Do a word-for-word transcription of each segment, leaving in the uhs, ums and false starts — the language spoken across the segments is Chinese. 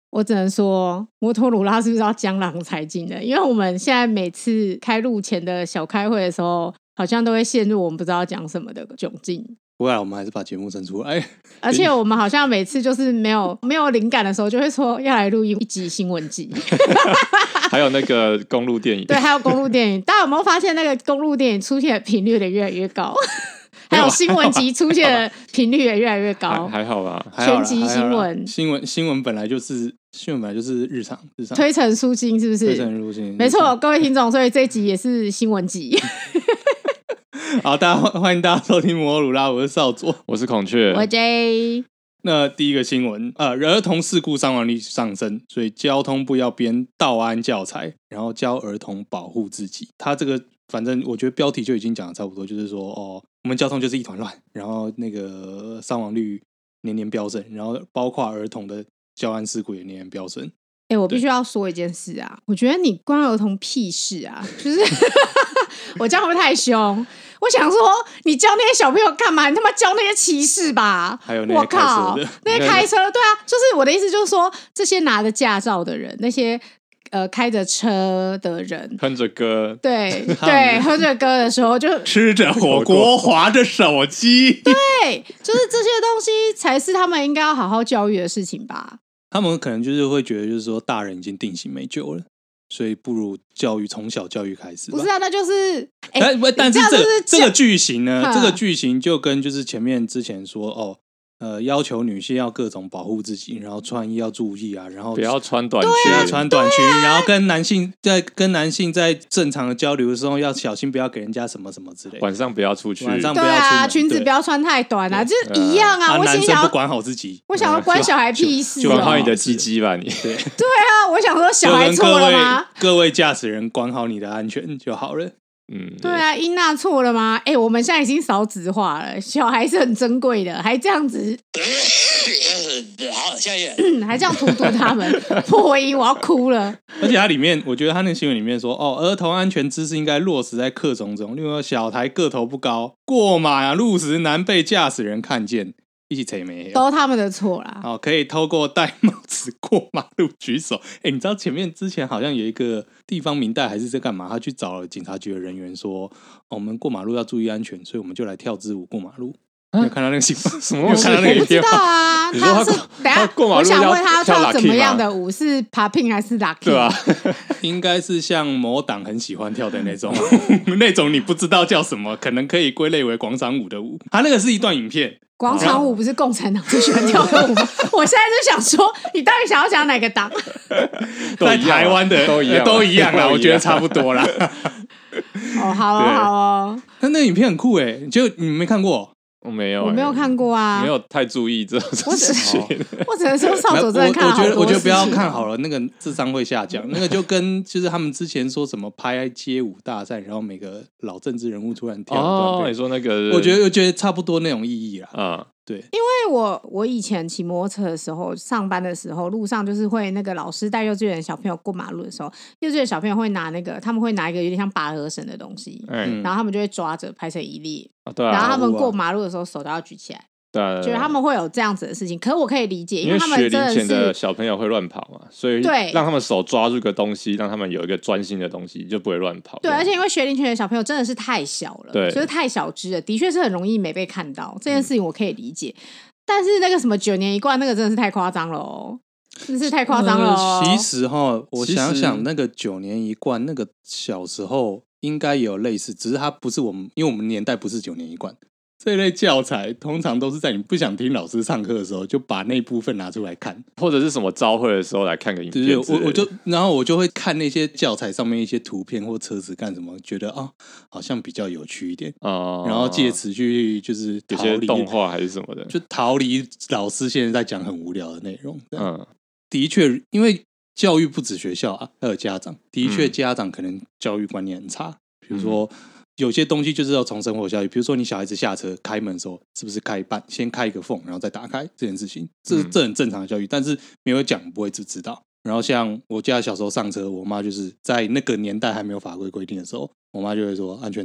我只能说摩托鲁拉是不是要江郎才尽的？因为我们现在每次开录前的小开会的时候，好像都会陷入我们不知道讲什么的窘境。 不然我们还是把节目生出来。 而且我们好像每次就是没有没有灵感的时候，就会说要来录一集新闻集。 还有那个公路电影， 对，还有公路电影。大家有没有发现那个公路电影出现的频率也越来越高？还有新闻集出现的频率也越来越高。 还, 还好吧， 全集新闻， 新闻新闻本来就是新闻本来就是日常日常推陈出新，是不是？ 推陈出新， 没错，各位听众，所以这一集也是新闻集。 好，大家欢迎大家收听摩托鲁拉，我是少佐， 我是孔雀， 我 J。 那第一个新闻，呃，儿童事故伤亡率上升，所以交通部要编道安教材，然后教儿童保护自己。他这个反正我觉得标题就已经讲的差不多，就是说哦，我们交通就是一团乱，然后那个伤亡率年年飙升，然后包括儿童的交安事故也年年飙升。 哎、欸，我必须要说一件事啊，我觉得你关儿童屁事啊，就是我这样会不会太凶？我想说，你教那些小朋友干嘛？你他妈教那些骑士吧！ 还有那些开车的， 那些开车，对啊，就是我的意思，就是说，这些拿着驾照的人，那些呃开着车的人， 哼着歌， 对对，哼着歌的时候就吃着火锅，滑着手机， 对，就是这些东西才是他们应该要好好教育的事情吧。 他们可能就是会觉得，就是说大人已经定型没救了。所以不如教育从小教育开始吧。 不是啊，那就是哎、 欸，但是这个这个剧情呢， 嗯、 这个剧情就跟就是前面之前说哦，呃，要求女性要各种保护自己，然后穿衣要注意啊，然后不要穿短裙， 不要穿短裙，然后跟男性在跟男性在正常的交流的时候要小心，不要给人家什么什么之类的。 晚上不要出去， 晚上不要出门， 对啊，裙子不要穿太短啊，就是一样啊。 啊我心想男生不管好自己， 我想要关小孩屁事、哦， 管好你的鸡鸡吧，你对对啊，我想说小孩错了吗？ 各位驾驶人，管好你的安全就好了。 嗯， 对啊，英娜错了吗？哎、欸，我们现在已经少子化了，小孩是很珍贵的，还这样子， 好，下一页、 嗯，还这样荼毒他们，破音，我要哭了。 而且它里面，我觉得他那个新闻里面说，哦，儿童安全知识应该落实在课程中，例如小孩个头不高，过马路时难被驾驶人看见。一起扯没都他们的错啦。 哦，可以透过戴帽子过马路举手。哎、欸，你知道前面之前好像有一个地方民代还是在干嘛？他去找了警察局的人员说、哦，我们过马路要注意安全，所以我们就来跳支舞过马路。你有看到那个新闻？ 什么？有看到那个影片吗？ 我不知道啊。 你说他是等下过马路我想问他要跳跳怎么样的舞？是 popping 还是 lucky？ 对啊， 应该是像某党很喜欢跳的那种，那种你不知道叫什么，可能可以归类为广场舞的舞。他那个是一段影片。 广场舞不是共产党最喜欢跳的舞吗？我现在就想说，你到底想要讲哪个党？ 在台湾的都一样， 都一样啦，我觉得差不多啦。 哦，好哦，好哦。 那那影片很酷哎，就你没看过？ 我没有、欸， 我没有看过啊， 没有太注意这种事情。 我只能说少佐真的看了好多事情。 我觉得我觉得不要看好了，那个智商会下降。那个就跟就是他们之前说什么拍街舞大赛，然后每个老政治人物突然跳一段。 哦，你说那个， 我觉得我觉得差不多那种意义啦。 嗯， 对， 因为我我以前骑摩托车的时候，上班的时候，路上就是会那个老师带幼稚园的小朋友过马路的时候，幼稚园小朋友会拿那个，他们会拿一个有点像拔河绳的东西，嗯，然后他们就会抓着排成一列， 啊对啊， 然后他们过马路的时候手都要举起来。 对、啊， 觉得他们会有这样子的事情，可是我可以理解， 因为他们真的是学龄前的小朋友会乱跑嘛，所以对让他们手抓住个东西，让他们有一个专心的东西，就不会乱跑。 对，而且因为学龄前的小朋友真的是太小了， 对， 就是太小只了，的确是很容易没被看到。这件事情我可以理解，嗯、但是那个什么九年一贯，那个真的是太夸张了哦，真的是太夸张了哦。 呃、其实哈，我想想，那个九年一贯，那个小时候应该也有类似，只是它不是我们，因为我们年代不是九年一贯。这一类教材通常都是在你不想听老师上课的时候，就把那部分拿出来看， 或者是什么朝会的时候来看个影片。 对，我我就然后我就会看那些教材上面一些图片或车子干什么，觉得啊、哦、好像比较有趣一点，哦、然后借此去就是逃离有些动画还是什么的， 就逃离老师现在在讲很无聊的内容。 嗯， 的确，因为教育不止学校啊，还有家长，的确家长可能教育观念很差，比如说。嗯有些东西就是要从生活教育，比如说你小孩子下车开门的时候，是不是开一半，先开一个缝，然后再打开这件事情，这这很正常的教育，但是没有讲不会知知道。然后像我家小时候上车，我妈就是在那个年代还没有法规规定的时候，我妈就会说安全带，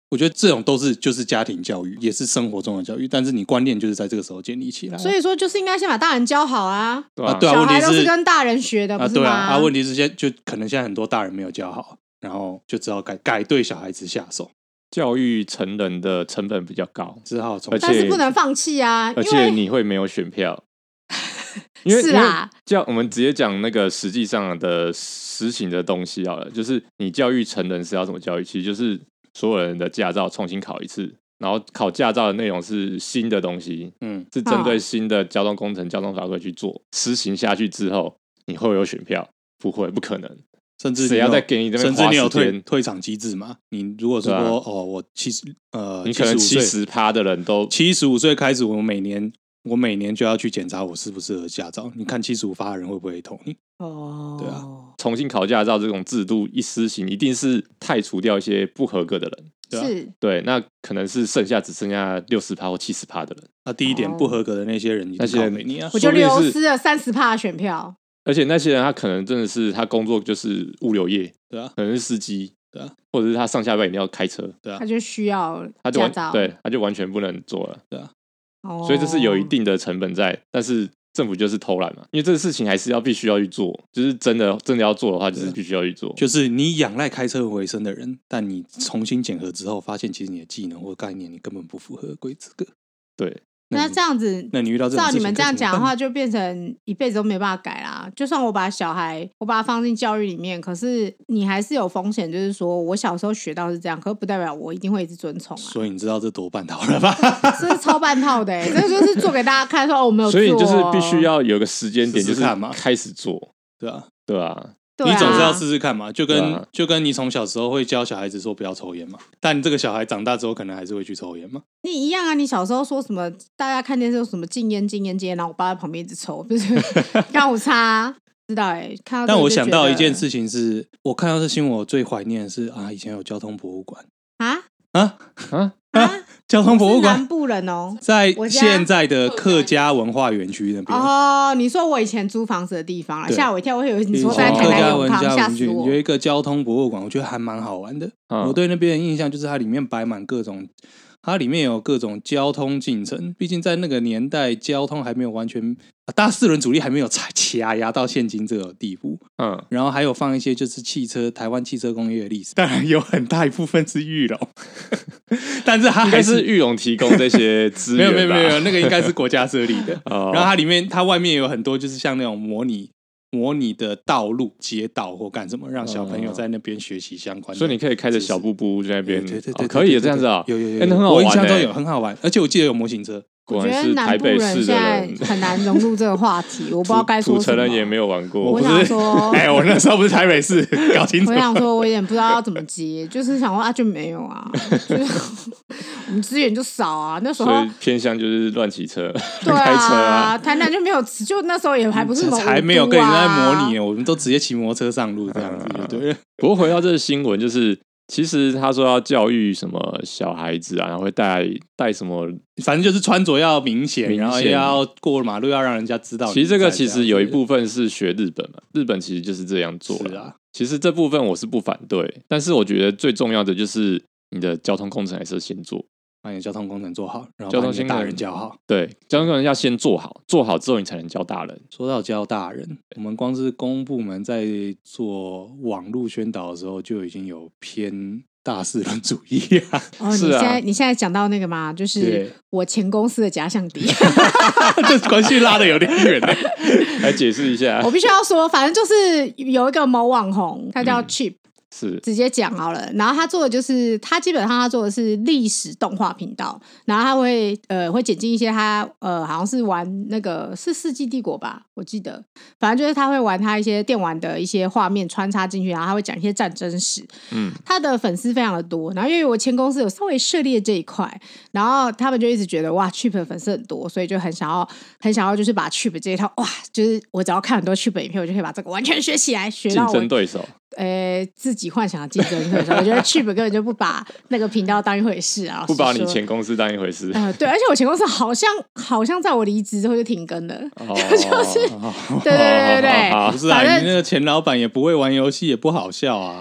我觉得这种都是就是家庭教育，也是生活中的教育，但是你观念就是在这个时候建立起来。 所以说，就是应该先把大人教好啊。 对啊，对啊， 小孩都是跟大人学的， 啊， 不是吗？ 对啊，啊，问题是现在就可能现在很多大人没有教好，然后就只好改改对小孩子下手。 教育成人的成本比较高， 只好从， 但是不能放弃啊， 而且你会没有选票。因为是啦， 教我们直接讲那个实际上的实行的东西好了，就是你教育成人是要怎么教育，其实就是所有人的驾照重新考一次，然后考驾照的内容是新的东西，嗯，是针对新的交通工程、交通法规去做，实行下去之后，你会有选票？不会，不可能。 甚至谁要再给你这边花时间？ 甚至你有退退场机制嘛？你如果是说、啊、哦，我七十呃， 你可能七十趴的人都七十五岁开始，我每年我每年就要去检查我适不适合驾照。你看七十五趴的人会不会投你？哦，对啊， 重新考驾照这种制度一施行，一定是汰除掉一些不合格的人。 对、啊、 是， 对，那可能是剩下只剩下六十趴或七十趴的人。 那第一点，不合格的那些人， 那些人你啊， 我就流失了三十趴的选票。 而且那些人他可能真的是他工作就是物流业， 对啊， 可能是司机， 对啊， 或者是他上下班一定要开车， 对啊， 他就需要他就完对，他就完全不能做了， 对啊， 哦， 所以这是有一定的成本在，但是政府就是偷懒嘛，因为这个事情还是要必须要去做，就是真的真的要做的话，就是必须要去做， 就是你仰赖开车为生的人，但你重新检核之后，发现其实你的技能或概念你根本不符合规则， 对。 那这样子， 那你遇到这种事情， 照你们这样讲的话，就变成一辈子都没办法改啦。就算我把小孩，我把他放进教育里面，可是你还是有风险，就是说我小时候学到是这样，可是不代表我一定会一直遵从啊。 所以你知道这多半套了吧？ 这是超半套的、欸，这就是做给大家看，说我没有做、哦。 所以你就是必须要有个时间点，就是看嘛， 开始做， 对啊， 对啊。 你总是要试试看嘛，就跟、啊、就跟你从小时候会教小孩子说不要抽烟嘛，但这个小孩长大之后可能还是会去抽烟嘛。 你一样啊，你小时候说什么？大家看电视说什么禁烟、禁烟、禁烟，然后我爸在旁边一直抽，就是干我差，知道哎、欸。看到但我想到一件事情是，我看到这新闻，我最怀念的是啊，以前有交通博物馆啊啊啊啊！交通博物馆， 南部人哦， 在现在的客家文化园区那边。 哦，你说我以前租房子的地方啊，吓我一跳，我以为你说在台南永康，吓死我。 有一个交通博物馆，我觉得还蛮好玩的。嗯、我对那边的印象就是它里面摆满各种。它里面有各种交通进程，毕竟在那个年代，交通还没有完全，啊、大四轮主力还没有掐压到现今这个地步。嗯，然后还有放一些就是汽车，台湾汽车工业的历史，当然有很大一部分是裕隆，但是它还是裕隆提供这些资源， 没有没有没有，那个应该是国家设立的。哦、然后它里面，它外面有很多就是像那种模拟。模拟的道路、街道或干什么，让小朋友在那边学习相关的。 所以你可以开着小布布在那边， 对对对， 哦、可以这样子啊， 有有有， 欸、很好玩、欸， 我印象中有很好玩，而且我记得有模型车。 果然是台北市的人， 很难融入这个话题，我不知道该说什么。 土城人也没有玩过， 我想说， 哎，我那时候不是台北市，搞清楚。 我想说，我有点不知道要怎么接，就是想说啊，就没有啊，就是我们资源就少啊，那时候所以偏向就是乱骑车， 对啊， 开车啊， 台南就没有，就那时候也还不是还没有跟人家模拟，我们都直接骑摩托车上路这样子，对。 不过回到这个新闻，就是。其实他说要教育什么小孩子啊，然后会带带什么， 反正就是穿着要明显，然后要过马路要让人家知道。 其实这个其实有一部分是学日本嘛，日本其实就是这样做了。 啊， 其实这部分我是不反对，但是我觉得最重要的就是你的交通工程还是先做。 把你的交通工程做好，然后把你的大人教好。 对，交通工程要先做好，做好之后你才能教大人。 说到教大人，我们光是公部门在做网络宣导的时候，就已经有偏大四轮主义啊。 哦，你现在、啊、你现在讲到那个吗？就是我前公司的假想敌， 这关系拉得有点远了。 来解释一下， 我必须要说，反正就是有一个某网红，他叫 Chip。嗯是直接讲好了，然后他做的就是他基本上他做的是历史动画频道，然后他会呃会剪进一些他呃好像是玩那个是世纪帝国吧，我记得，反正就是他会玩他一些电玩的一些画面穿插进去，然后他会讲一些战争史。嗯，他的粉丝非常的多，然后因为我前公司有稍微涉猎这一块，然后他们就一直觉得哇 Chip 的粉丝很多，所以就很想要很想要就是把 Chip 这一套哇，就是我只要看很多 Chip 影片，我就可以把这个完全学起来，学到我竞争对手。 呃，自己幻想的竞争对手，我觉得 Chip 根本就不把那个频道当一回事啊， 不把你前公司当一回事。 呃，对，而且我前公司好像好像在我离职之后就停更了，哦、就是对对对对对， 不是啊，你那个前老板也不会玩游戏，也不好笑啊。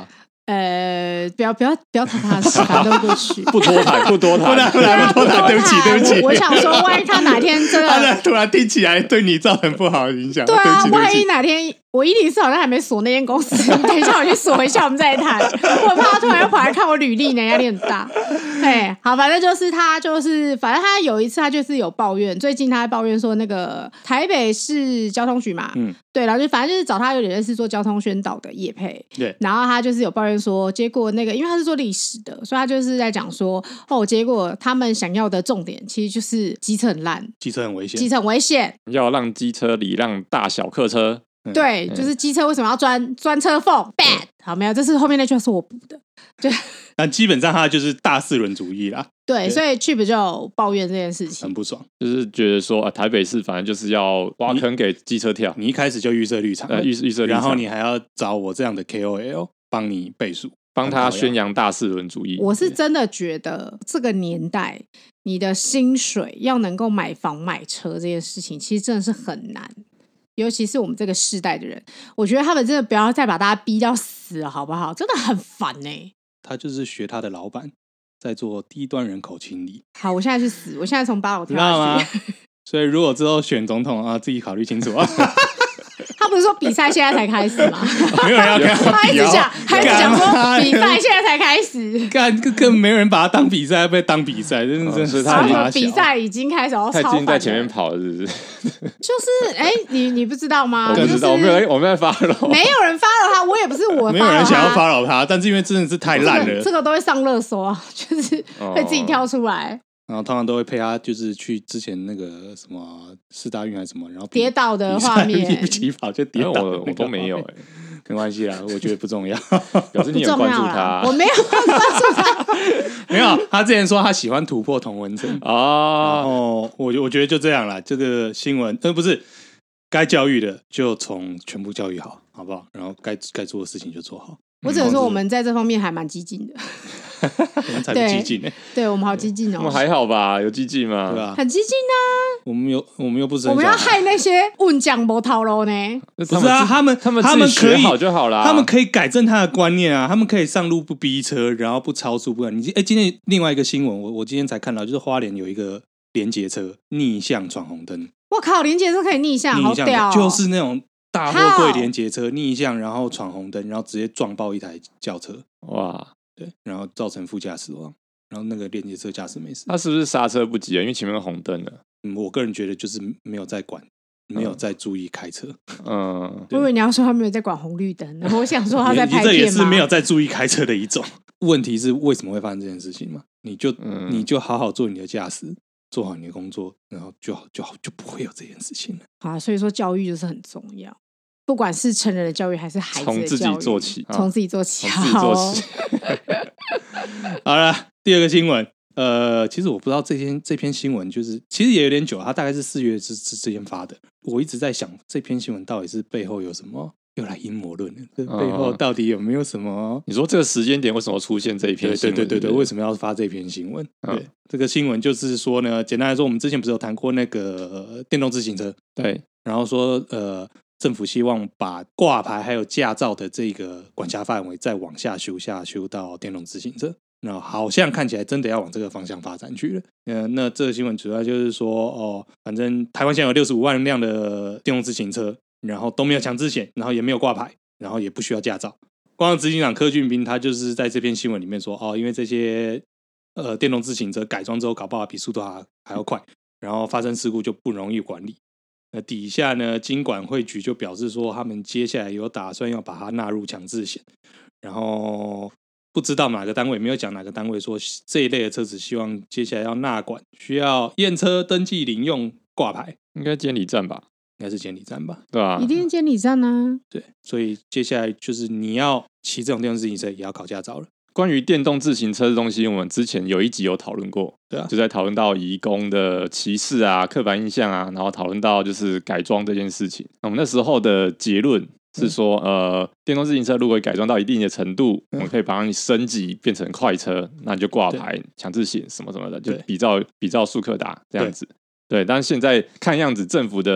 呃，不要不要不要谈他的事，反正都过去。 不多谈，不多谈， 不谈，不多谈，对不起，对不起。 我, 我想说，万一他哪天真的， 他突然听起来对你造成不好的影响， 对啊， 对不起万一哪天我一零四好像还没锁那间公司，等一下我去锁一下，我们再谈。我怕他突然又跑来看我履历呢，压力很大。哎，好，反正就是他就是，反正他有一次他就是有抱怨，最近他在抱怨说那个台北市交通局嘛，嗯，对，然后就反正就是找他有点类似做交通宣导的业配， 对， 然后他就是有抱怨说，结果那个因为他是做历史的，所以他就是在讲说，哦，结果他们想要的重点其实就是机车很烂， 机车很危险， 机车很危险， 要让机车礼让大小客车。 对，就是机车为什么要钻钻车缝 ？Bad， 好，没有，这是后面那句话是我补的。就但基本上他就是大四轮主义啦。 对，所以 Chip 就有抱怨这件事情， 很不爽， 就是觉得说啊，台北市反正就是要挖坑给机车跳， 你一开始就预设立场， 呃，预预设立场， 然后你还要找我这样的 K O L 帮你背书， 帮他宣扬大四轮主义。 我是真的觉得这个年代，你的薪水要能够买房买车这件事情，其实真的是很难。尤其是我们这个世代的人，我觉得他们真的不要再把大家逼到死了，好不好？真的很烦哎、欸。 他就是学他的老板在做低端人口清理。 好，我现在去死，我现在从八楼跳下去。 知道吗？所以如果之后选总统啊，自己考虑清楚啊。 他不是说比赛现在才开始吗？ 没有人要跟他比、哦、 他一直讲，他一直讲说比赛现在才开始， 干更没有人把他当比赛，被当比赛，真的真是他说比赛已经开始， 他已经在前面跑了，是不是？ 就是哎、欸，你你不知道吗？ 我不知道，我没有，我没有 follow， 没有人 follow他，我也不是我 follow 他， 没有人想要 follow他，但是因为真的是太烂了， 这个、这个都会上热搜啊，就是会自己跳出来。 然后通常都会配他，就是去之前那个什么四大运还是什么，然后跌倒的画面， 不起跑就跌倒、那個， 我我都没有哎、欸， 没关系啦，我觉得不重要。 表示你有关注他， 我没有关注他， 没有。他之前说他喜欢突破同温层啊，然后我我觉得就这样啦。这个新闻呃不是该教育的就从全部教育好，好不好？然后该该做的事情就做好。 我只能说我们在这方面还蛮激进的。 我们才不激进呢、欸， 对我们好激进哦、喔。 我们还好吧？有激进吗？ 对吧？ 很激进啊！ 我们有，我们又不是我们要害那些问讲没套路呢？ 不是啊，他们他们他们可以好就好啦， 他们可以改正他的观念啊，他们可以上路不逼车，然后不超速，不你哎、欸，今天另外一个新闻，我我今天才看到，就是花莲有一个连结车逆向闯红灯。 我靠，连结车可以逆向，好屌、喔！ 就是那种大货柜连结车逆向，然后闯红灯，然后直接撞爆一台轿车，哇！对，然后造成副驾驶亡，然后那个连接车驾驶没事。 他是不是刹车不及啊？因为前面红灯了。 嗯，我个人觉得就是没有在管，没有在注意开车。 嗯， 我以为你要说他没有在管红绿灯，然后我想说他在拍片吗？ 这也是没有在注意开车的一种。问题是为什么会发生这件事情嘛？你就、嗯、你就好好做你的驾驶，做好你的工作，然后就好就好就不会有这件事情了。 啊，所以说教育就是很重要。不管是成人的教育还是孩子的教育，从自己做起， 从自己做起， 从自己做起。 好了，第二个新闻，呃，其实我不知道这篇这篇新闻就是其实也有点久，它大概是四月之之间发的。我一直在想这篇新闻到底是背后有什么，又来阴谋论了，这背后到底有没有什么？ 你说这个时间点为什么出现这一篇新闻？ 对对对对对，为什么要发这篇新闻？嗯、对，这个新闻就是说呢，简单来说，我们之前不是有谈过那个电动自行车， 对， 然后说呃。政府希望把挂牌还有驾照的这个管辖范围再往下修下修到电动自行车，那好像看起来真的要往这个方向发展去了。呃，那这个新闻主要就是说，哦，反正台湾现在有六十五万辆的电动自行车，然后都没有强制险，然后也没有挂牌，然后也不需要驾照。光执行长柯俊斌他就是在这篇新闻里面说，哦，因为这些呃电动自行车改装之后搞不好比速度还还要快，然后发生事故就不容易管理。那底下呢，金管会局就表示说，他们接下来有打算要把它纳入强制险，然后不知道哪个单位，没有讲哪个单位说这一类的车子希望接下来要纳管，需要验车、登记、领用、挂牌， 应该监理站吧？ 应该是监理站吧？ 对啊， 一定是监理站啊。 对，所以接下来就是你要骑这种电动自行车，也要考驾照了。 关于电动自行车的东西，我们之前有一集有讨论过， 对啊， 就在讨论到移工的歧视啊、刻板印象啊，然后讨论到就是改装这件事情。我们那时候的结论是说，嗯、呃，电动自行车如果改装到一定的程度，嗯、我们可以把你升级变成快车，那你就挂牌、强制险什么什么的，就比照比照速克达这样子。对，但是现在看样子政府的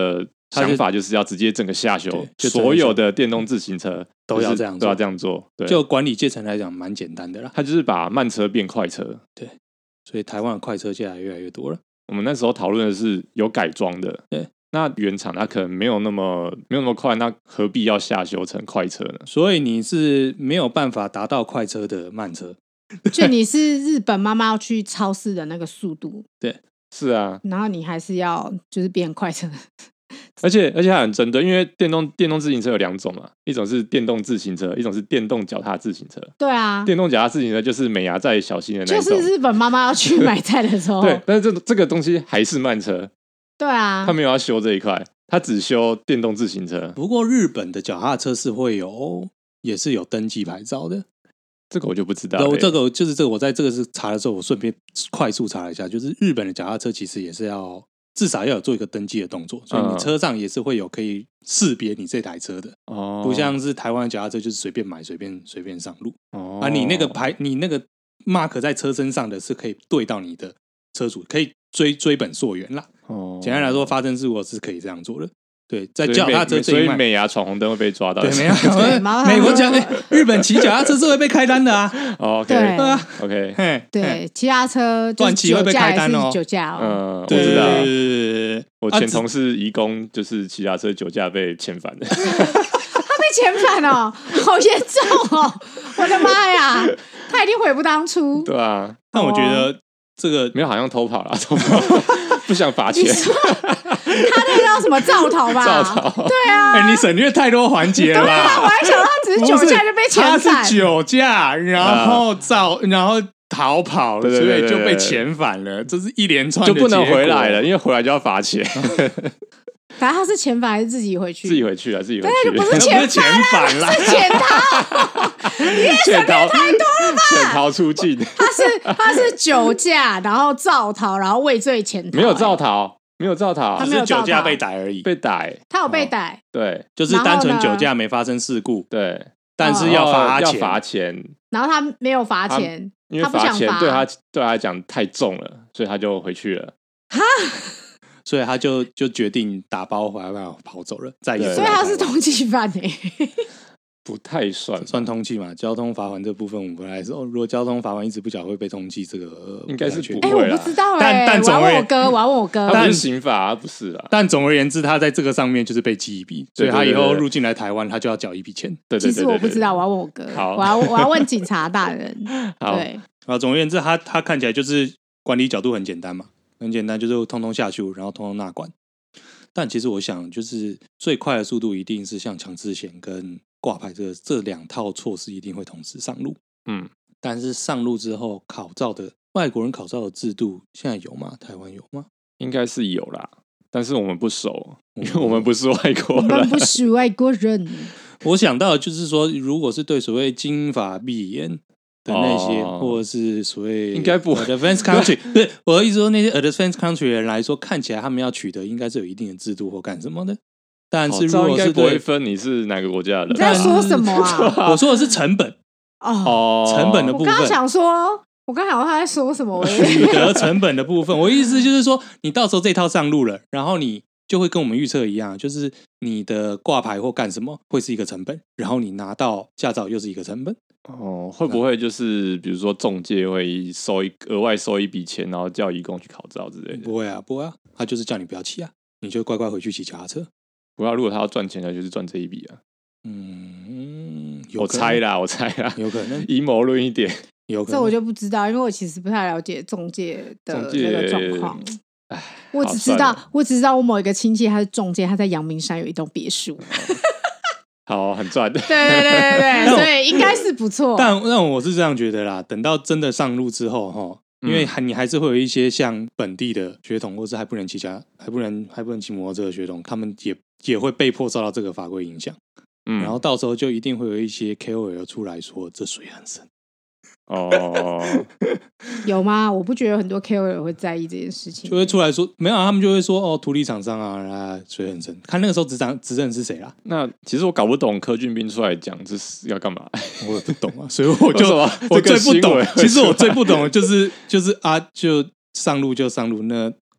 想法就是要直接整个下修，所有的电动自行车都要这样做， 都要这样做。对， 就管理阶层来讲，蛮简单的啦。 他就是把慢车变快车， 对，所以台湾的快车现在越来越多了。 我们那时候讨论的是有改装的， 对， 那原厂它可能没有那么没有那么快，那何必要下修成快车呢？ 所以你是没有办法达到快车的慢车， 就你是日本妈妈要去超市的那个速度， 对， 是啊， 然后你还是要就是变快车。 而且而且它很针对，因为电动电动自行车有两种嘛，一种是电动自行车，一种是电动脚踏自行车。 对啊， 电动脚踏自行车就是美牙在小心的那一种， 就是日本妈妈要去买菜的时候。 对，但是这这个东西还是慢车。 对啊， 他没有要修这一块，他只修电动自行车。 不过日本的脚踏车是会有，也是有登记牌照的。 这个我就不知道、欸。 我这个就是这个，我在这个是查的时候，我顺便快速查了一下，就是日本的脚踏车其实也是要至少要有做一个登记的动作，所以你车上也是会有可以识别你这台车的，哦，不像是台湾的脚踏车就是随便买随便随便上路，哦，啊，你那个牌你那个 mark 在车身上的是可以对到你的车主，可以追追本溯源啦。哦，简单来说，发生事故是可以这样做的。对，在脚踏车这一所以美牙闯红灯会被抓到。 对，美牙，美国讲，日本骑脚踏车是会被开单的啊。 OK， 对啊 ，OK， 对，骑踏车断骑会被开单哦， 酒驾哦。 嗯，我知道。我前同事移工就是骑脚踏车酒驾被遣返的。 他被遣返哦，好严重哦！我的妈呀，他一定悔不当初。 对啊， 但我觉得这个没有，好像偷跑了，偷跑不想罚钱。 他那个叫什么造逃吧？ 造逃， 对啊， 哎，你省略太多环节了吧？ 对啊，我还想到只是酒驾就被遣返， 他是酒驾，然后造，然后逃跑，所以就被遣返了，这是一连串的就不能回来了，因为回来就要罚钱。 反正他是遣返还是自己回去？ 自己回去啊，自己回去。 那就不是遣返啦， 是潜逃。你也省略太多了吧？ 潜逃出境。 他是他是酒驾，然后造逃，然后畏罪潜逃。 没有造逃。没有造逃， 他没有酒驾被逮而已， 被逮， 他有被逮， 对， 就是单纯酒驾没发生事故， 对， 但是要罚钱， 要罚钱， 然后他没有罚钱， 因为罚钱对他对他来讲太重了，所以他就回去了， 哈， 所以他就就决定打包回来跑走了，再也所以他是通缉犯诶。 不太算算通缉嘛？交通罚款这部分我们本来说，如果交通罚款一直不缴会被通缉，这个、呃、 应该是不会啦。哎、欸，我不知道哎、欸，但但总而言之， 我要问我哥，我要问我哥， 他不是刑法、啊，不是啦。 但总而言之，他在这个上面就是被记一笔，所以他以后入境来台湾，他就要缴一笔钱。 对对对对对， 其实我不知道，我要问我哥，我要我要问警察大人。对啊，总而言之，他他看起来就是管理角度很简单嘛，很简单，就是通通下去，然后通通纳管。但其实我想，就是最快的速度一定是像强制险跟挂牌这这两套措施一定会同时上路，嗯，但是上路之后考照的外国人考照的制度现在有吗？台湾有吗？ 应该是有啦，但是我们不熟，因为我们不是外国人， 我们不是外国人。 我想到的就是说，如果是对所谓金发碧眼的那些，哦、或者是所谓应该不 advanced country， 不是我的意思说，那些 advanced country 的人来说，看起来他们要取得应该是有一定的制度或干什么的。但是如果是不会分你是哪个国家的人， 你在说什么啊？ 我说的是成本哦，成本的部分。 我刚刚想说，我刚想他在说什么？ 取得成本的部分，我意思就是说，你到时候这套上路了，然后你就会跟我们预测一样，就是你的挂牌或干什么会是一个成本，然后你拿到驾照又是一个成本。 哦，会不会就是比如说中介会收一额外收一笔钱，然后叫移工去考照之类的？ 不会啊，不会啊，他就是叫你不要骑啊，你就乖乖回去骑脚踏车。 不要，如果他要赚钱的，就是赚这一笔啊。 嗯， 我猜啦，我猜啦， 有可能阴谋论一点， 有可能。 这我就不知道，因为我其实不太了解中介的那个状况。我只知道，我只知道我某一个亲戚他是中介，他在阳明山有一栋别墅。 好，很赚的。 对对对对对，所以应该是不错。 但但我是这样觉得啦，等到真的上路之后，哈。因为你还是会有一些像本地的血统，或是还不能骑家，还不能还不能骑摩托车的血统，他们也也会被迫受到这个法规影响。嗯，然后到时候就一定会有一些 K O L 出来说这水很深。 哦， 有吗？我不觉得很多 K O L 会在意这件事情， 就会出来说没有、啊，他们就会说哦，土地厂商啊，啊水很深。看那个时候执掌执政是谁啦？ 那其实我搞不懂柯俊斌出来讲这是要干嘛， 我也不懂啊，所以我就我最不懂。其实我最不懂的就是就是啊，就上路就上路，那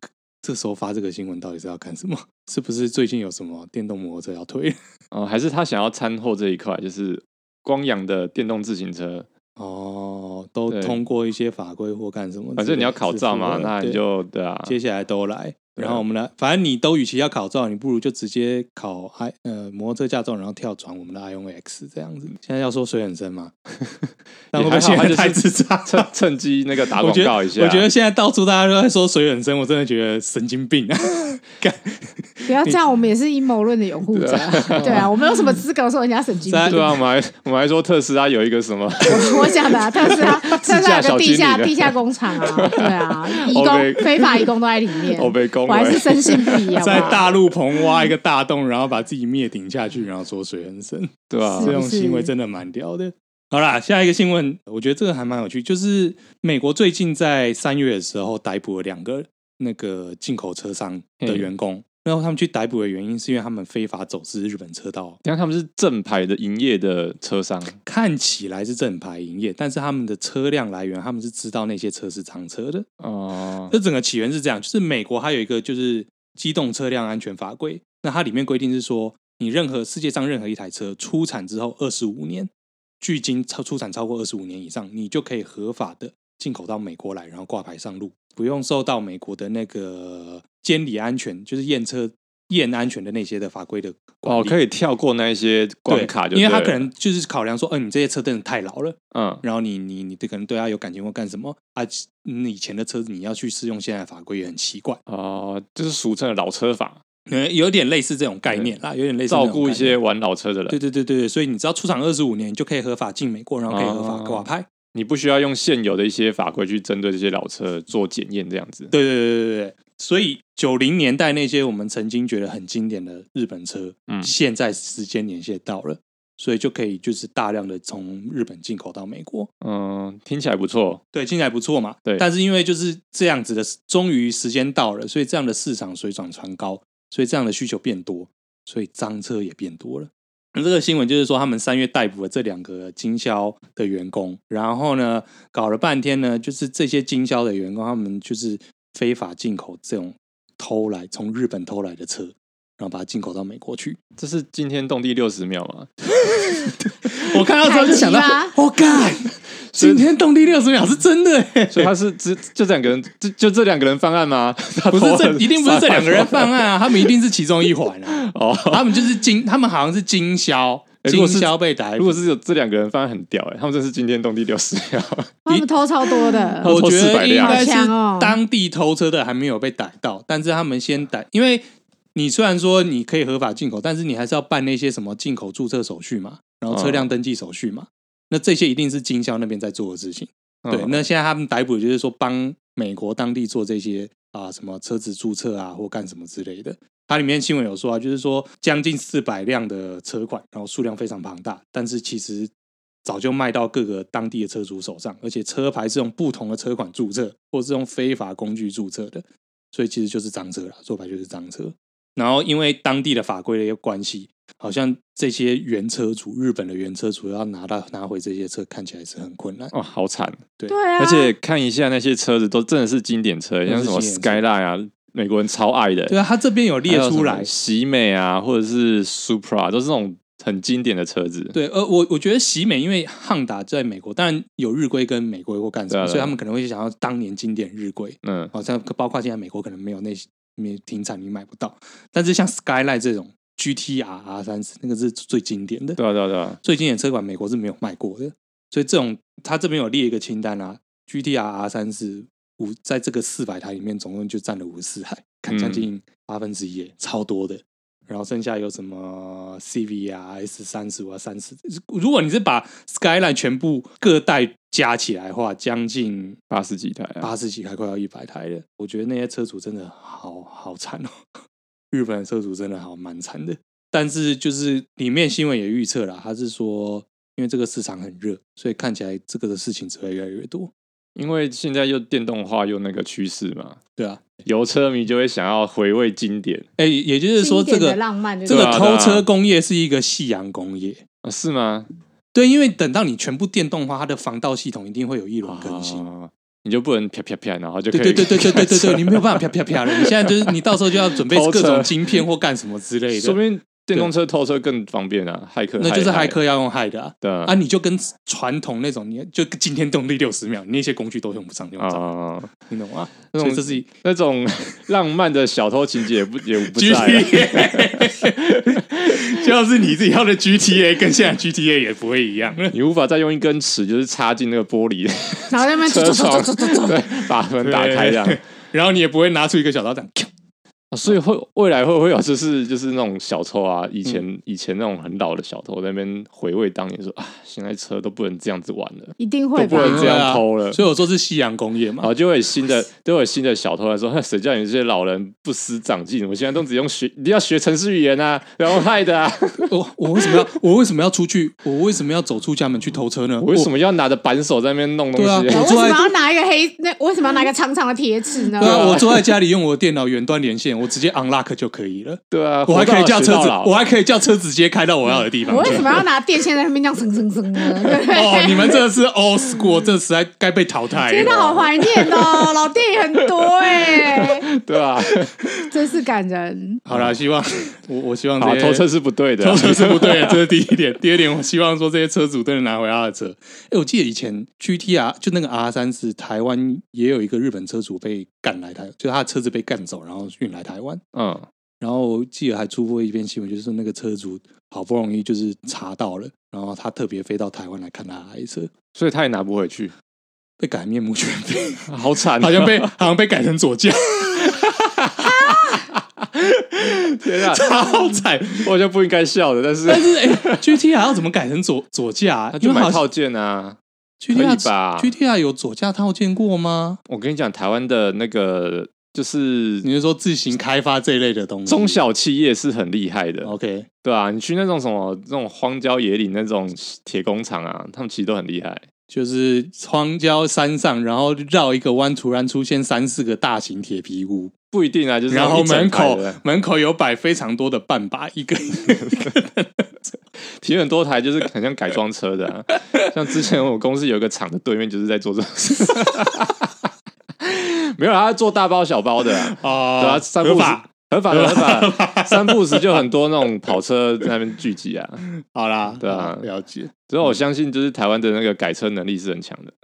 这时候发这个新闻到底是要干什么？是不是最近有什么电动摩托车要推？ 哦，还是他想要参后这一块，就是光阳的电动自行车哦，都通过一些法规或干什么？ 反正你要考照嘛，那你就对啊， 接下来都来。然后我们来，反正你都与其要考照，你不如就直接考 i 呃摩托车驾照，然后跳转我们的 I O N X 这样子。现在要说水很深嘛，但会不会现在太智障？ 趁趁机那个打广告一下。 我觉得现在到处大家都在说水很深，我真的觉得神经病啊！ 不要这样，我们也是阴谋论的拥护者。对啊，我们有什么资格说人家神经病？ 对啊，我们还我们还说特斯拉有一个什么？ 我我讲的啊，特斯拉特斯拉有个地下地下工厂啊，对啊，移工非法移工都在里面。我还是深信不疑啊！ 在大陆棚挖一个大洞，然后把自己灭顶下去，然后说水很深， 对吧、啊？ 这种行为真的蛮屌的。好啦，下一个新闻，我觉得这个还蛮有趣，就是美国最近在三月的时候逮捕了两个那个进口车商的员工，然后他们去逮捕的原因是因为他们非法走私日本车道。 你看他们是正牌的营业的车商， 看起来是正牌营业，但是他们的车辆来源，他们是知道那些车是赃车的。哦，这整个起源是这样，就是美国还有一个就是机动车辆安全法规，那它里面规定是说，你任何世界上任何一台车出产之后二十五年，距今出产超过二十五年以上，你就可以合法的进口到美国来，然后挂牌上路，不用受到美国的那个监理安全，就是验车验安全的那些的法规的管理。 哦，可以跳过那些关卡就对了， 因为他可能就是考量说，嗯、呃，你这些车真的太老了，嗯，然后你你你可能对他有感情或干什么啊？嗯、以前的车子你要去适用现在的法规也很奇怪哦，就是俗称的老车法。 嗯，有点类似这种概念啦，有点类似照顾一些玩老车的人。 对对对对，所以你只要出厂二十五年，你就可以合法进美国，然后可以合法挂牌、哦。 你不需要用现有的一些法规去针对这些老车做检验，这样子。 对对对对对，所以九零年代那些我们曾经觉得很经典的日本车，嗯，现在时间年限到了，所以就可以就是大量的从日本进口到美国。 嗯，听起来不错。 对，听起来不错嘛。对，但是因为就是这样子的，终于时间到了，所以这样的市场水涨船高。所以这样的需求变多，所以赃车也变多了。那这个新闻就是说，他们三月逮捕了这两个经销的员工，然后呢，搞了半天呢，就是这些经销的员工，他们就是非法进口这种偷来从日本偷来的车，然后把它进口到美国去。 这是惊天动地六十秒吗？ 我看到之后就想到，我干！惊天动地六十秒是真的耶， 所以他是只就这两个人，就就这两个人犯案吗？ 不是这一定不是这两个人犯案啊，他们一定是其中一环啊。哦，他们就是经，他们好像是经销，经销被逮捕。 如果是有这两个人犯案很屌哎，他们真是惊天动地六十秒。 他们偷超多的， 我觉得应该是当地偷车的还没有被逮到，但是他们先逮，因为你虽然说你可以合法进口，但是你还是要办那些什么进口注册手续嘛，然后车辆登记手续嘛。那这些一定是经销那边在做的事情，对。嗯、那现在他们逮捕就是说帮美国当地做这些啊什么车子注册啊或干什么之类的。它里面新闻有说啊，就是说将近四百辆的车款，然后数量非常庞大，但是其实早就卖到各个当地的车主手上，而且车牌是用不同的车款注册，或是用非法工具注册的，所以其实就是赃车啦，说白就是赃车。然后因为当地的法规的一个关系，好像这些原车主，日本的原车主要拿到拿回这些车，看起来是很困难。 哦，好惨。 对对啊， 而且看一下那些车子，都真的是经典车，像什么 Skyline 啊，美国人超爱的。 对啊，他这边有列出来， 喜美啊，或者是 Supra， 都是这种很经典的车子。 对，呃，我我觉得喜美，因为汉达在美国，当然有日规跟美规或干什么，所以他们可能会想要当年经典日规。嗯，好像包括现在美国可能没有那些。没停产你买不到，但是像 Skyline 这种 G T R R 三十 那个是最经典的， 对啊对啊对啊， 最经典的车款美国是没有卖过的，所以这种他这边有列一个清单啊 ，G T R R 三十 五在这个四百台里面总共就占了五十四台，看将近八分之一，超多的。然后剩下有什么 C V 啊 S 三十五啊三十，如果你是把 Skyline 全部各代加起来的话，将近八十几台、啊， 八十几台快要一百台了。我觉得那些车主真的好好惨哦，日本的车主真的好蛮惨的。但是就是里面新闻也预测了，他是说因为这个市场很热，所以看起来这个的事情只会越来越多。 因为现在又电动化又那个趋势嘛， 对啊， 油车迷就会想要回味经典。 哎、欸，也就是说，这个浪漫这个偷车工业是一个夕阳工业啊？是吗？ 对，因为等到你全部电动化，它的防盗系统一定会有一轮更新。啊、 你就不能啪啪啪，然后就可以对对对对对对对，你没有办法啪啪啪了。你现在就是你到时候就要准备各种晶片或干什么之类的， 说不定电动车偷车更方便啊，骇客那就是骇客要用骇的啊。 对啊， 啊你就跟传统那种，你就今天动力六十秒，你那些工具都用不上，用不上，啊、你懂吗？所以这是那种浪漫的小偷情节也不也不在， 就是你自己要的 G T A 跟现在 G T A 也不会一样， 你无法再用一根尺就是插进那个玻璃， 然后那边车窗，对，把门打开这样， 然后你也不会拿出一个小刀这样。 所以会未来会不会有就是就是那种小偷啊，以前、嗯、以前那种很老的小偷在那边回味当年说啊，现在车都不能这样子玩了， 一定会都不能这样偷了， 所以我说是夕阳工业嘛， 然后就会有新的都有新的小偷来说，谁叫你这些老人不思长进？我现在都只用学，你要学程式语言啊，然后害的啊！ 我我为什么要我为什么要出去？我为什么要走出家门去偷车呢？ 我为什么要拿着扳手在那边弄东西？ 啊、 我为什么要拿一个黑？那我为什么要拿一个长长的铁尺呢？ 对啊，我坐在家里用我的电脑远端连线，我直接 unlock 就可以了。 对啊， 我还可以叫车子，我还可以叫车子直接开到我要的地方。 我为什么要拿电线在那边这样蹭蹭蹭呢？ 哦，你们这是 old school， 这实在该被淘汰了。 天哪，好怀念哦，老电影很多哎。 对啊， 真是感人。 好啦，希望我我希望这些偷车是不对的， 偷车是不对的，这是第一点。第二点，我希望说这些车主都能拿回他的车。哎，我记得以前 G T R 就那个 R 三十，台湾也有一个日本车主被干来台，就是他的车子被干走，然后运来台湾。嗯。然后我记得还出过一篇新闻，就是说那个车主好不容易就是查到了，然后他特别飞到台湾来看他的爱车， 所以他也拿不回去， 被改面目全非， 好惨、 啊，好像被好像被改成左驾。 天啊， 超惨！ 我好像不应该笑的，但是但是哎、欸、，G T R 要怎么改成左左驾、啊？ 他就买套件啊 ，G T R 吧 ？G T R 有左驾套件过吗？ 我跟你讲，台湾的那个。就是你是说自行开发这一类的东西， 中小企业是很厉害的。 OK， 对啊，你去那种什么这种荒郊野岭那种铁工厂啊，他们其实都很厉害。 就是荒郊山上，然后绕一个弯，突然出现三四个大型铁皮屋， 不一定啊，就是然后门口门口有摆非常多的半把，一个一个提很多台，就是很像改装车的、啊。像之前我公司有一个厂的对面，就是在做这种事。没有，他做大包小包的啊，哦、对啊，三不五时合法合法合法，三不五时就很多那种跑车在那边聚集啊。 好啦， 对啊， 了解。 所以我相信，就是台湾的那个改车能力是很强的。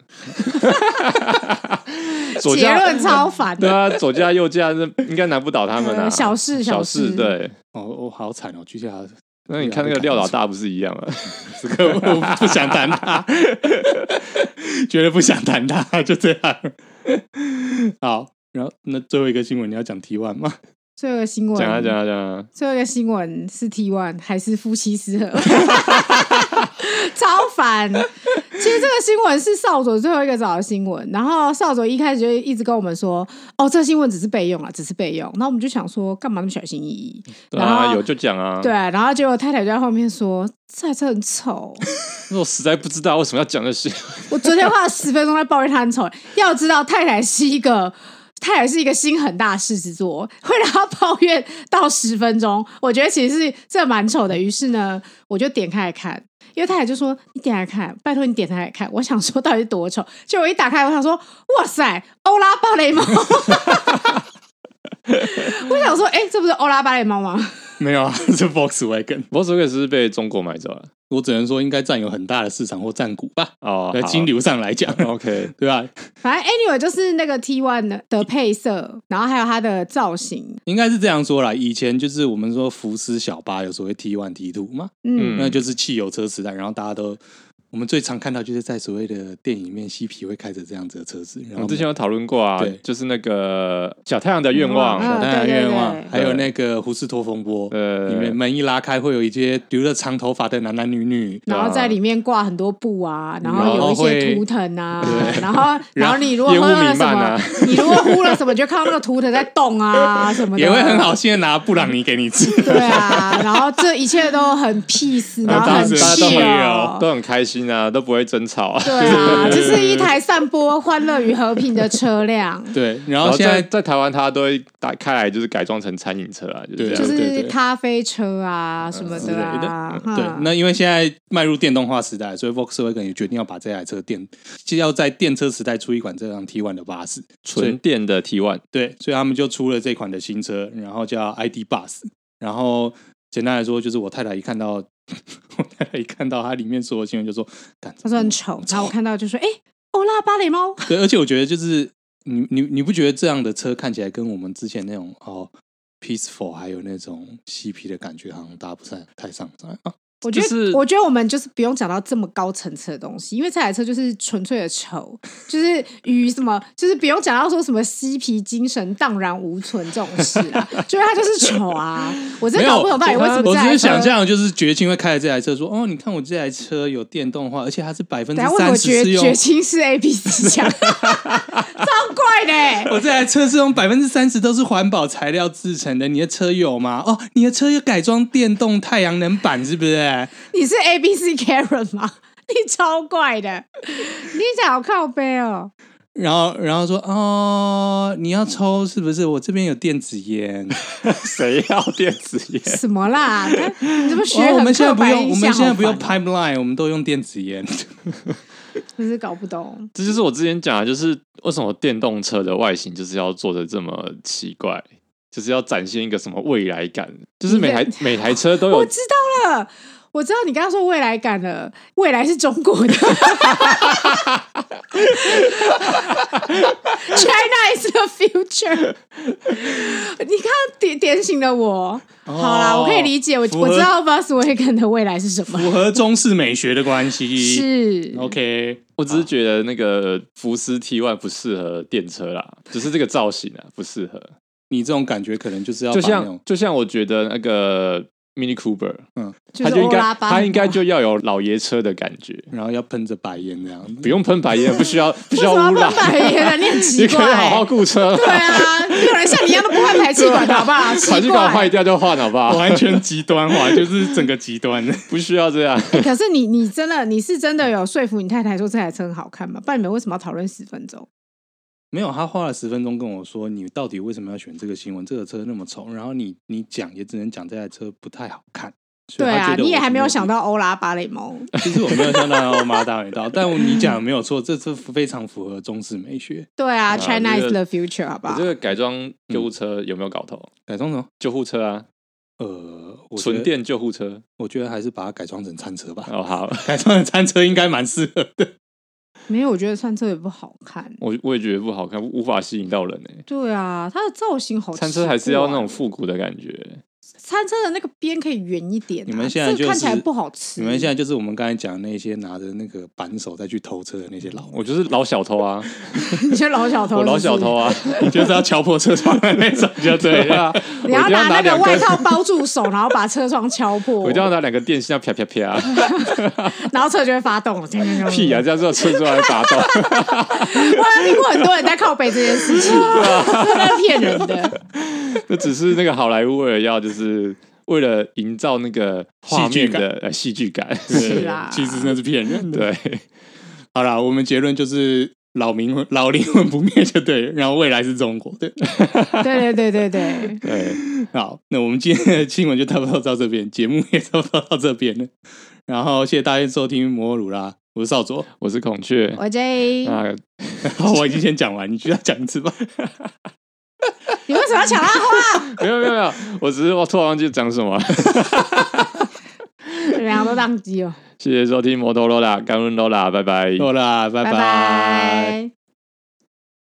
结论超烦的， 对啊，左驾右驾应该难不倒他们啊。 呃、小事小事， 对。 哦哦，好惨哦，居家。 那你看那个廖老大不是一样啊？ 这个我不想谈他，绝对不想谈他，就这样。好，然后那最后一个新闻你要讲 T 一 吗？ 最后一个新闻讲啊讲啊讲啊！ 最后一个新闻是 T 一 还是夫妻失和？超烦！其实这个新闻是少佐最后一个找的新闻，然后少佐一开始就一直跟我们说：“哦，这个新闻只是备用啊，只是备用。”然后我们就想说，干嘛那么小心翼翼？ 对啊，有就讲啊。 对，然后结果太太就在后面说：“这台车很丑。” 我实在不知道为什么要讲这些。 我昨天花了十分钟在抱怨它很丑。要知道，太太是一个。他也是一个心很大的狮子座，会让他抱怨到十分钟，我觉得其实是这蛮丑的。于是呢，我就点开来看，因为他也就说你点开来看，拜托你点开来看。我想说到底是多丑，结果我一打开，我想说哇塞，欧拉芭蕾猫。我想说，哎、欸，这不是欧拉芭蕾猫吗？ 没有啊，是 Volkswagen。Volkswagen 是被中国买走了。 我只能说，应该占有很大的市场或占股吧。 哦， 在金流上来讲 ，OK， 对吧？ 反正 anyway 就是那个 T 一 的, 的配色，然后还有它的造型， 应该是这样说啦。以前就是我们说福斯小巴有所谓 T 一 T 二 嘛，嗯，那就是汽油车时代，然后大家都。我们最常看到就是在所谓的电影里面，嬉皮会开着这样子的车子。然后我们之前有讨论过啊，对，就是那个小太阳的愿望， 小太阳的愿望，还有那个胡斯托风波，呃，里面门一拉开会有一些留着长头发的男男女女， 然后在里面挂很多布啊，然后有一些图腾啊，然后然后你如果喝了什么，啊、你如果呼了什么，就看到那个图腾在动啊什么的， 也会很好心的拿布朗尼给你吃。 对啊，然后这一切都很 peace， 然后很 chill， 都很开心。 心啊，都不会争吵啊。 对啊，这是一台散播欢乐与和平的车辆。 对，然后现在在, 在台湾，它都会打开来，就是改装成餐饮车啊，就是这样， 就是咖啡车啊什么的啊。 嗯、对，那因为现在迈入电动化时代，所以 Volkswagen 也决定要把这台车电，就要在电车时代出一款这样 T 一 的巴士， 纯电的 T 一。 对，所以他们就出了这款的新车，然后叫 I D Bus。然后简单来说，就是我太太一看到，我太太一看到它里面所有新闻就说， 他说很丑，然后我看到就说，哎、欸，欧拉芭蕾猫。 对，而且我觉得就是你你你不觉得这样的车看起来跟我们之前那种哦 peaceful 还有那种嬉皮的感觉，好像搭不太太上来啊？ 我觉得、 就是， 我觉得我们就是不用讲到这么高层次的东西，因为这台车就是纯粹的丑，就是与什么，就是不用讲到说什么嬉皮精神荡然无存这种事啊，就是它就是丑啊！我真的搞不懂到底为什么这台车。 我只是想象，就是绝青会开着这台车说：“哦，你看我这台车有电动化，而且它是百分之三十是用。” 绝青是 A B C 枪，超怪的、欸！ 我这台车是用百分之三十都是环保材料制成的，你的车有吗？哦，你的车有改装电动太阳能板是不是？ 你是 A B C Karen 吗？你超怪的，你讲好靠背哦。 然后，然后说哦，你要抽是不是？我这边有电子烟， 谁要电子烟？ 什么啦？你怎么学、 哦？我们现在不用，我们现在不用 pipeline， 我们都用电子烟。 真是搞不懂。 这就是我之前讲的，就是为什么电动车的外形就是要做的这么奇怪，就是要展现一个什么未来感，就是每台每台车都有。 我知道了。我知道你刚刚说未来感了，未来是中国的China is the future 你看点点醒了我、哦、好啦，我可以理解，我我知道 Volkswagen 的未来是什么， 符合中式美学的关系是 OK。 我只是觉得那个福斯 T 一 不适合电车啦，只是这个造型啊不适合。 你这种感觉可能就是要就像就像我觉得那个Mini Cooper， 嗯， 就是他就应该他应该就要有老爷车的感觉， 然后要喷着白烟这样， 不用喷白烟，不需要不需要污染。 喷白烟啊，你很奇怪， 你可以好好顾车。 对啊，没有人像你一样都不换排气管的好不好？ 排气管坏掉就换好不好？ 完全极端化，就是整个极端的， 不需要这样。 欸、可是你你真的你是真的有说服你太太说这台车很好看吗？不然你们为什么要讨论十分钟？ 没有，他花了十分钟跟我说，你到底为什么要选这个新闻？这个车那么丑，然后你你讲也只能讲这台车不太好看。 对啊，你也还没有想到欧拉芭蕾猫。 其实我没有想到欧妈大尾刀，但你讲的没有错，这是非常符合中式美学。 对啊 ，China is the future， 好不好？ 这个改装救护车有没有搞头？嗯、 改装什么？ 救护车啊。 呃， 纯电救护车， 我觉得还是把它改装成餐车吧。 哦，好， 改装成餐车应该蛮适合的。 没有，我觉得餐车也不好看。 我我也觉得不好看，无法吸引到人诶、欸。 对啊，它的造型好奇怪。 餐车还是要那种复古的感觉。 餐车的那个边可以圆一点、啊， 你们现在、就是、 这看起来不好吃。 你们现在就是我们刚才讲的那些拿着那个扳手再去偷车的那些老， 我就是老小偷啊！ 你是老小偷是不是， 我老小偷啊！ 你就是要敲破车窗的那种，就对了。 你要拿那个外套包住手，然后把车窗敲破。 我一定要拿两个电线，要啪啪啪， 然后车就会发动了。 屁啊！这样之后车就会发动。 我还听过很多人在靠北这件事情，对啊，这是骗人的。 这只是那个好莱坞为了要就是为了营造那个画面的呃戏剧感， 是啦， 其实那是骗人的。 对， 好啦，我们结论就是老灵魂老灵魂不灭就对了，然后未来是中国的。 对对对对对对。 好，那我们今天的新闻就差不多到这边，节目也差不多到这边了。然后谢谢大家收听摩尔鲁拉，我是少佐， 我是孔雀， 我 J。 那我已经先讲完，你需要讲一次吧？ 你为什么要抢他话？ 没有没有没有，我只是我突然忘记讲什么。 两个都宕机了。 谢谢收听摩托罗拉，感恩罗拉，拜拜， 罗拉，拜拜。 拜拜。